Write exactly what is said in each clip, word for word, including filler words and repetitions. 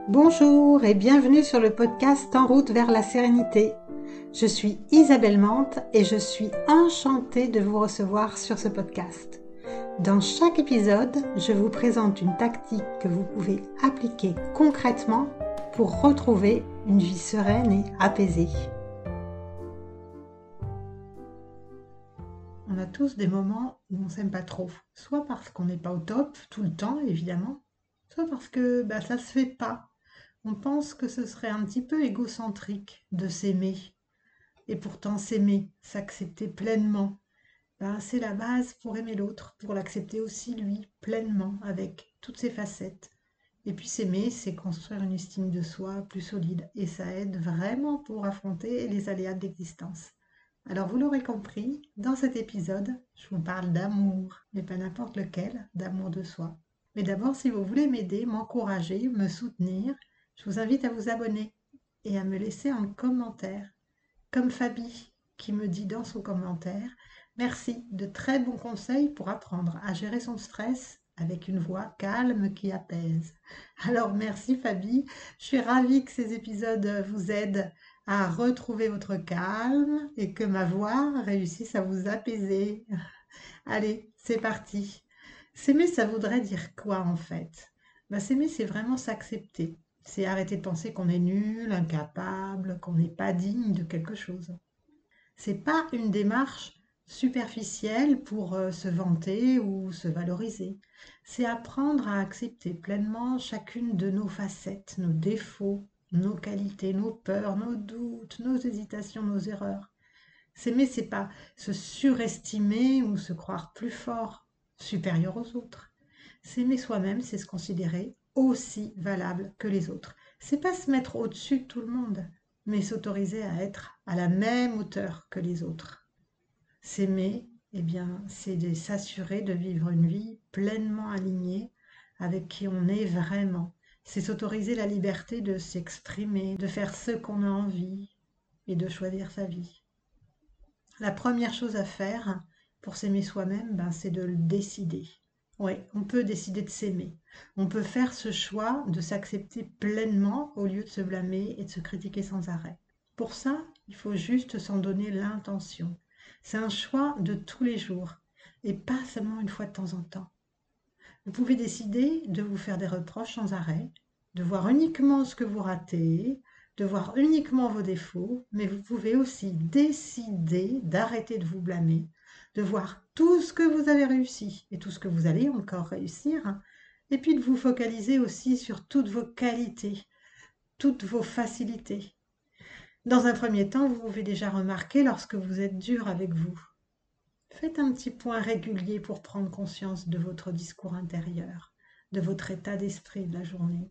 Bonjour et bienvenue sur le podcast En route vers la sérénité. Je suis Isabelle Mante et je suis enchantée de vous recevoir sur ce podcast. Dans chaque épisode, je vous présente une tactique que vous pouvez appliquer concrètement pour retrouver une vie sereine et apaisée. On a tous des moments où on s'aime pas trop, soit parce qu'on n'est pas au top tout le temps évidemment, soit parce que bah, ça se fait pas. On pense que ce serait un petit peu égocentrique de s'aimer. Et pourtant s'aimer, s'accepter pleinement, ben, c'est la base pour aimer l'autre, pour l'accepter aussi lui, pleinement, avec toutes ses facettes. Et puis s'aimer, c'est construire une estime de soi plus solide. Et ça aide vraiment pour affronter les aléas de l'existence. Alors vous l'aurez compris, dans cet épisode, je vous parle d'amour, mais pas n'importe lequel, d'amour de soi. Mais d'abord, si vous voulez m'aider, m'encourager, me soutenir, je vous invite à vous abonner et à me laisser un commentaire. Comme Fabi qui me dit dans son commentaire, merci, de très bons conseils pour apprendre à gérer son stress avec une voix calme qui apaise. Alors merci Fabi, je suis ravie que ces épisodes vous aident à retrouver votre calme et que ma voix réussisse à vous apaiser. Allez, c'est parti. S'aimer, ça voudrait dire quoi en fait? Ben, s'aimer, c'est vraiment s'accepter. C'est arrêter de penser qu'on est nul, incapable, qu'on n'est pas digne de quelque chose. C'est pas une démarche superficielle pour euh, se vanter ou se valoriser. C'est apprendre à accepter pleinement chacune de nos facettes, nos défauts, nos qualités, nos peurs, nos doutes, nos hésitations, nos erreurs. S'aimer, c'est pas se surestimer ou se croire plus fort, supérieur aux autres. S'aimer soi-même, c'est se considérer aussi valable que les autres. C'est pas se mettre au-dessus de tout le monde, mais s'autoriser à être à la même hauteur que les autres. S'aimer, eh bien, c'est de s'assurer de vivre une vie pleinement alignée avec qui on est vraiment. C'est s'autoriser la liberté de s'exprimer, de faire ce qu'on a envie et de choisir sa vie. La première chose à faire pour s'aimer soi-même, ben, c'est de le décider. Oui, on peut décider de s'aimer. On peut faire ce choix de s'accepter pleinement au lieu de se blâmer et de se critiquer sans arrêt. Pour ça, il faut juste s'en donner l'intention. C'est un choix de tous les jours et pas seulement une fois de temps en temps. Vous pouvez décider de vous faire des reproches sans arrêt, de voir uniquement ce que vous ratez, de voir uniquement vos défauts, mais vous pouvez aussi décider d'arrêter de vous blâmer, de voir tout ce que vous avez réussi et tout ce que vous allez encore réussir, et puis de vous focaliser aussi sur toutes vos qualités, toutes vos facilités. Dans un premier temps, vous pouvez déjà remarquer lorsque vous êtes dur avec vous. Faites un petit point régulier pour prendre conscience de votre discours intérieur, de votre état d'esprit de la journée.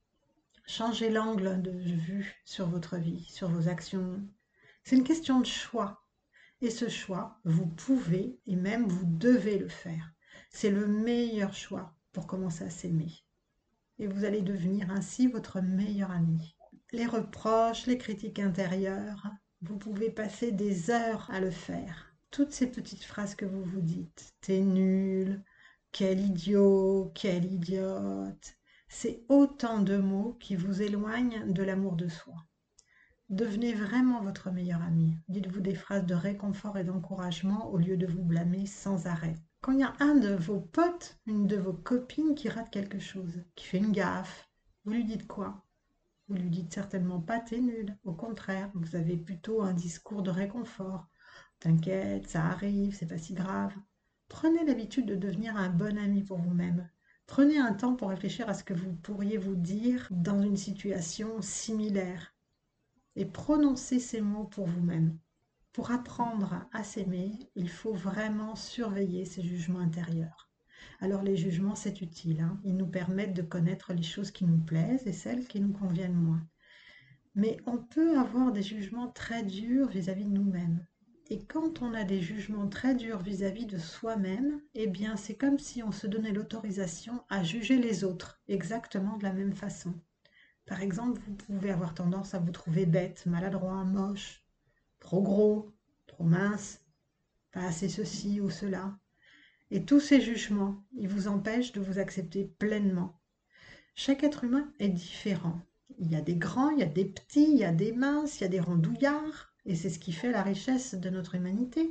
Changez l'angle de vue sur votre vie, sur vos actions. C'est une question de choix. Et ce choix, vous pouvez et même vous devez le faire. C'est le meilleur choix pour commencer à s'aimer. Et vous allez devenir ainsi votre meilleur ami. Les reproches, les critiques intérieures, vous pouvez passer des heures à le faire. Toutes ces petites phrases que vous vous dites, t'es nul, quel idiot, quelle idiote, c'est autant de mots qui vous éloignent de l'amour de soi. Devenez vraiment votre meilleur ami. Dites-vous des phrases de réconfort et d'encouragement au lieu de vous blâmer sans arrêt. Quand il y a un de vos potes, une de vos copines qui rate quelque chose, qui fait une gaffe, vous lui dites quoi? Vous lui dites certainement pas t'es nul. Au contraire, vous avez plutôt un discours de réconfort. T'inquiète, ça arrive, c'est pas si grave. Prenez l'habitude de devenir un bon ami pour vous-même. Prenez un temps pour réfléchir à ce que vous pourriez vous dire dans une situation similaire et prononcez ces mots pour vous-même. Pour apprendre à s'aimer, il faut vraiment surveiller ses jugements intérieurs. Alors les jugements, c'est utile, hein. Ils nous permettent de connaître les choses qui nous plaisent et celles qui nous conviennent moins. Mais on peut avoir des jugements très durs vis-à-vis de nous-mêmes. Et quand on a des jugements très durs vis-à-vis de soi-même, eh bien c'est comme si on se donnait l'autorisation à juger les autres exactement de la même façon. Par exemple, vous pouvez avoir tendance à vous trouver bête, maladroit, moche, trop gros, trop mince, pas assez ceci ou cela. Et tous ces jugements, ils vous empêchent de vous accepter pleinement. Chaque être humain est différent. Il y a des grands, il y a des petits, il y a des minces, il y a des rondouillards, et c'est ce qui fait la richesse de notre humanité.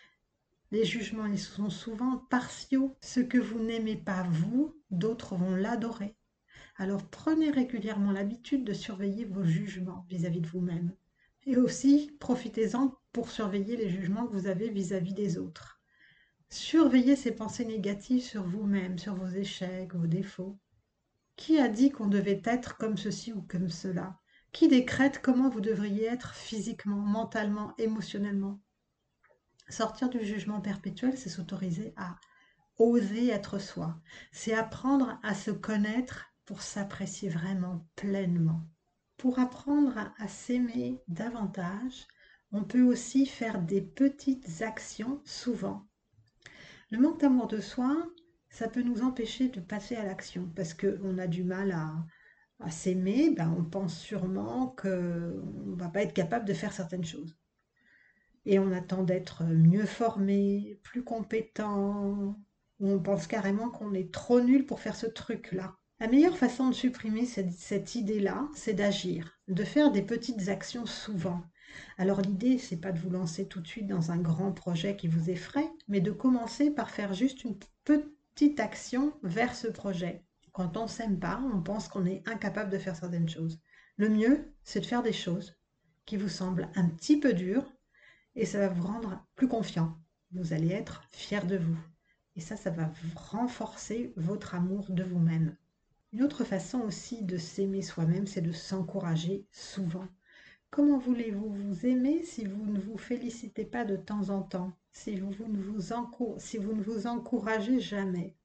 Les jugements, ils sont souvent partiaux. Ce que vous n'aimez pas vous, d'autres vont l'adorer. Alors prenez régulièrement l'habitude de surveiller vos jugements vis-à-vis de vous-même. Et aussi, profitez-en pour surveiller les jugements que vous avez vis-à-vis des autres. Surveillez ces pensées négatives sur vous-même, sur vos échecs, vos défauts. Qui a dit qu'on devait être comme ceci ou comme cela? Qui décrète comment vous devriez être physiquement, mentalement, émotionnellement? Sortir du jugement perpétuel, c'est s'autoriser à oser être soi. C'est apprendre à se connaître pour s'apprécier vraiment pleinement. Pour apprendre à, à s'aimer davantage, on peut aussi faire des petites actions souvent. Le manque d'amour de soi, ça peut nous empêcher de passer à l'action parce qu'on a du mal à, à s'aimer, ben on pense sûrement qu'on ne va pas être capable de faire certaines choses. Et on attend d'être mieux formé, plus compétent, ou on pense carrément qu'on est trop nul pour faire ce truc-là. La meilleure façon de supprimer cette, cette idée-là, c'est d'agir, de faire des petites actions souvent. Alors l'idée, c'est pas de vous lancer tout de suite dans un grand projet qui vous effraie, mais de commencer par faire juste une petite action vers ce projet. Quand on s'aime pas, on pense qu'on est incapable de faire certaines choses. Le mieux, c'est de faire des choses qui vous semblent un petit peu dures, et ça va vous rendre plus confiant. Vous allez être fier de vous. Et ça, ça va renforcer votre amour de vous-même. Une autre façon aussi de s'aimer soi-même, c'est de s'encourager souvent. Comment voulez-vous vous aimer si vous ne vous félicitez pas de temps en temps, si vous, vous ne vous encour- si vous ne vous encouragez jamais?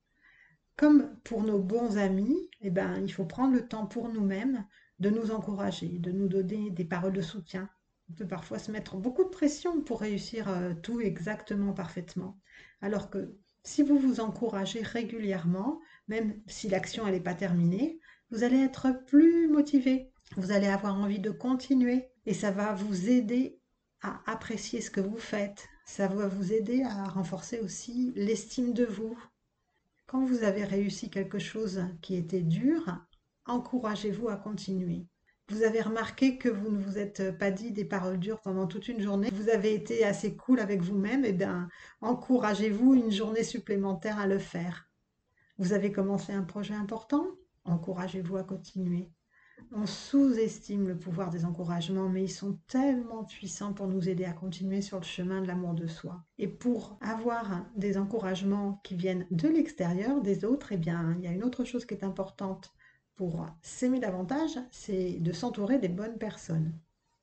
Comme pour nos bons amis, eh ben, il faut prendre le temps pour nous-mêmes de nous encourager, de nous donner des paroles de soutien. On peut parfois se mettre beaucoup de pression pour réussir euh, tout exactement parfaitement. Alors que si vous vous encouragez régulièrement, même si l'action n'est pas terminée, vous allez être plus motivé. Vous allez avoir envie de continuer et ça va vous aider à apprécier ce que vous faites. Ça va vous aider à renforcer aussi l'estime de vous. Quand vous avez réussi quelque chose qui était dur, encouragez-vous à continuer. Vous avez remarqué que vous ne vous êtes pas dit des paroles dures pendant toute une journée. Vous avez été assez cool avec vous-même, et bien encouragez-vous une journée supplémentaire à le faire. Vous avez commencé un projet important, encouragez-vous à continuer. On sous-estime le pouvoir des encouragements, mais ils sont tellement puissants pour nous aider à continuer sur le chemin de l'amour de soi. Et pour avoir des encouragements qui viennent de l'extérieur des autres, eh bien, il y a une autre chose qui est importante pour s'aimer davantage, c'est de s'entourer des bonnes personnes.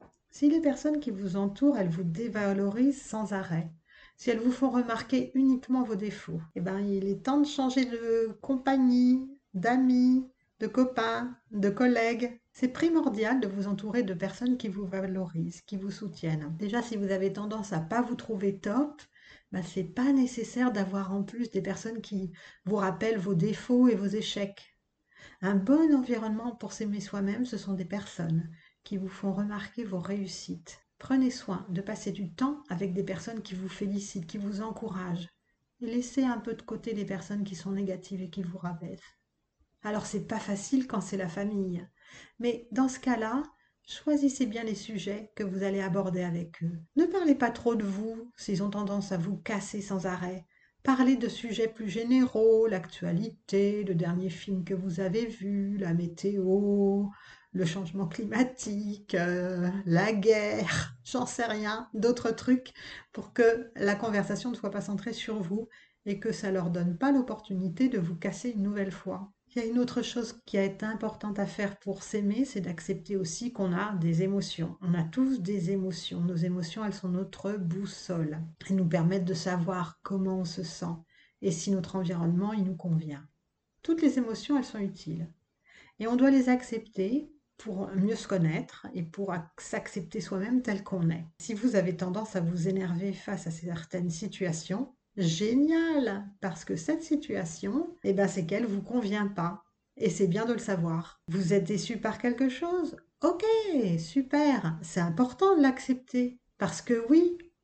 Si les personnes qui vous entourent, elles vous dévalorisent sans arrêt, si elles vous font remarquer uniquement vos défauts, eh ben, il est temps de changer de compagnie, d'amis, de copains, de collègues. C'est primordial de vous entourer de personnes qui vous valorisent, qui vous soutiennent. Déjà, si vous avez tendance à pas vous trouver top, ben, c'est pas nécessaire d'avoir en plus des personnes qui vous rappellent vos défauts et vos échecs. Un bon environnement pour s'aimer soi-même, ce sont des personnes qui vous font remarquer vos réussites. Prenez soin de passer du temps avec des personnes qui vous félicitent, qui vous encouragent. Et laissez un peu de côté les personnes qui sont négatives et qui vous rabaissent. Alors c'est pas facile quand c'est la famille. Mais dans ce cas-là, choisissez bien les sujets que vous allez aborder avec eux. Ne parlez pas trop de vous s'ils ont tendance à vous casser sans arrêt. Parlez de sujets plus généraux, l'actualité, le dernier film que vous avez vu, la météo, le changement climatique, euh, la guerre, j'en sais rien, d'autres trucs pour que la conversation ne soit pas centrée sur vous et que ça leur donne pas l'opportunité de vous casser une nouvelle fois. Il y a une autre chose qui est importante à faire pour s'aimer, c'est d'accepter aussi qu'on a des émotions. On a tous des émotions. Nos émotions, elles sont notre boussole. Elles nous permettent de savoir comment on se sent et si notre environnement, il nous convient. Toutes les émotions, elles sont utiles. Et on doit les accepter pour mieux se connaître et pour s'accepter soi-même tel qu'on est. Si vous avez tendance à vous énerver face à certaines situations, génial, parce que cette situation, eh ben, c'est qu'elle ne vous convient pas. Et c'est bien de le savoir. Vous êtes déçu par quelque chose? Ok, super, c'est important de l'accepter. Parce que oui,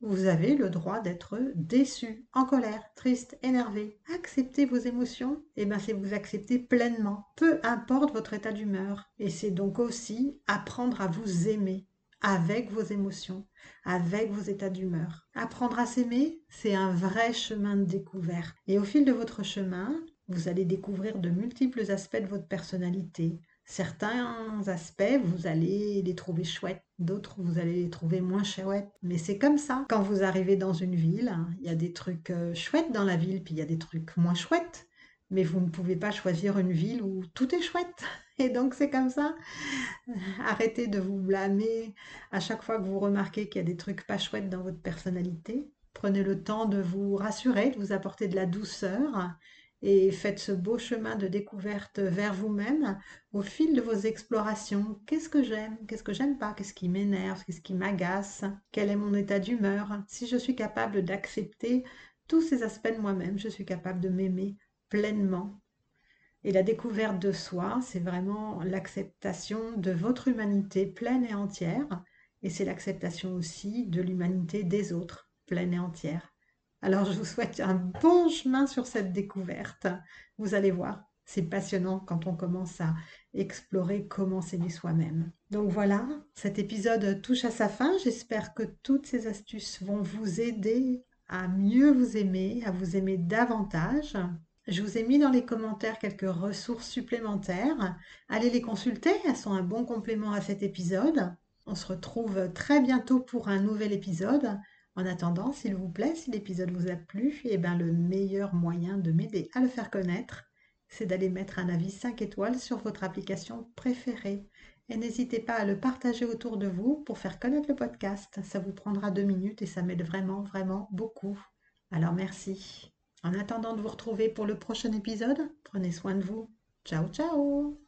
Vous avez le droit d'être déçu, en colère, triste, énervé. Acceptez vos émotions, et ben c'est vous accepter pleinement, peu importe votre état d'humeur. Et c'est donc aussi apprendre à vous aimer avec vos émotions, avec vos états d'humeur. Apprendre à s'aimer, c'est un vrai chemin de découverte. Et au fil de votre chemin, vous allez découvrir de multiples aspects de votre personnalité. Certains aspects, vous allez les trouver chouettes, d'autres, vous allez les trouver moins chouettes. Mais c'est comme ça. Quand vous arrivez dans une ville, il y a des trucs euh, chouettes dans la ville, puis il y a des trucs moins chouettes. Mais vous ne pouvez pas choisir une ville où tout est chouette. Et donc c'est comme ça. Arrêtez de vous blâmer à chaque fois que vous remarquez qu'il y a des trucs pas chouettes dans votre personnalité. Prenez le temps de vous rassurer, de vous apporter de la douceur et faites ce beau chemin de découverte vers vous-même au fil de vos explorations. Qu'est-ce que j'aime? Qu'est-ce que j'aime pas? Qu'est-ce qui m'énerve? Qu'est-ce qui m'agace? Quel est mon état d'humeur? Si je suis capable d'accepter tous ces aspects de moi-même, je suis capable de m'aimer pleinement. Et la découverte de soi, c'est vraiment l'acceptation de votre humanité pleine et entière. Et c'est l'acceptation aussi de l'humanité des autres, pleine et entière. Alors je vous souhaite un bon chemin sur cette découverte. Vous allez voir, c'est passionnant quand on commence à explorer comment s'aimer soi-même. Donc voilà, cet épisode touche à sa fin. J'espère que toutes ces astuces vont vous aider à mieux vous aimer, à vous aimer davantage. Je vous ai mis dans les commentaires quelques ressources supplémentaires. Allez les consulter, elles sont un bon complément à cet épisode. On se retrouve très bientôt pour un nouvel épisode. En attendant, s'il vous plaît, si l'épisode vous a plu, eh ben, le meilleur moyen de m'aider à le faire connaître, c'est d'aller mettre un avis cinq étoiles sur votre application préférée. Et n'hésitez pas à le partager autour de vous pour faire connaître le podcast. Ça vous prendra deux minutes et ça m'aide vraiment, vraiment beaucoup. Alors merci. En attendant de vous retrouver pour le prochain épisode, prenez soin de vous. Ciao, ciao!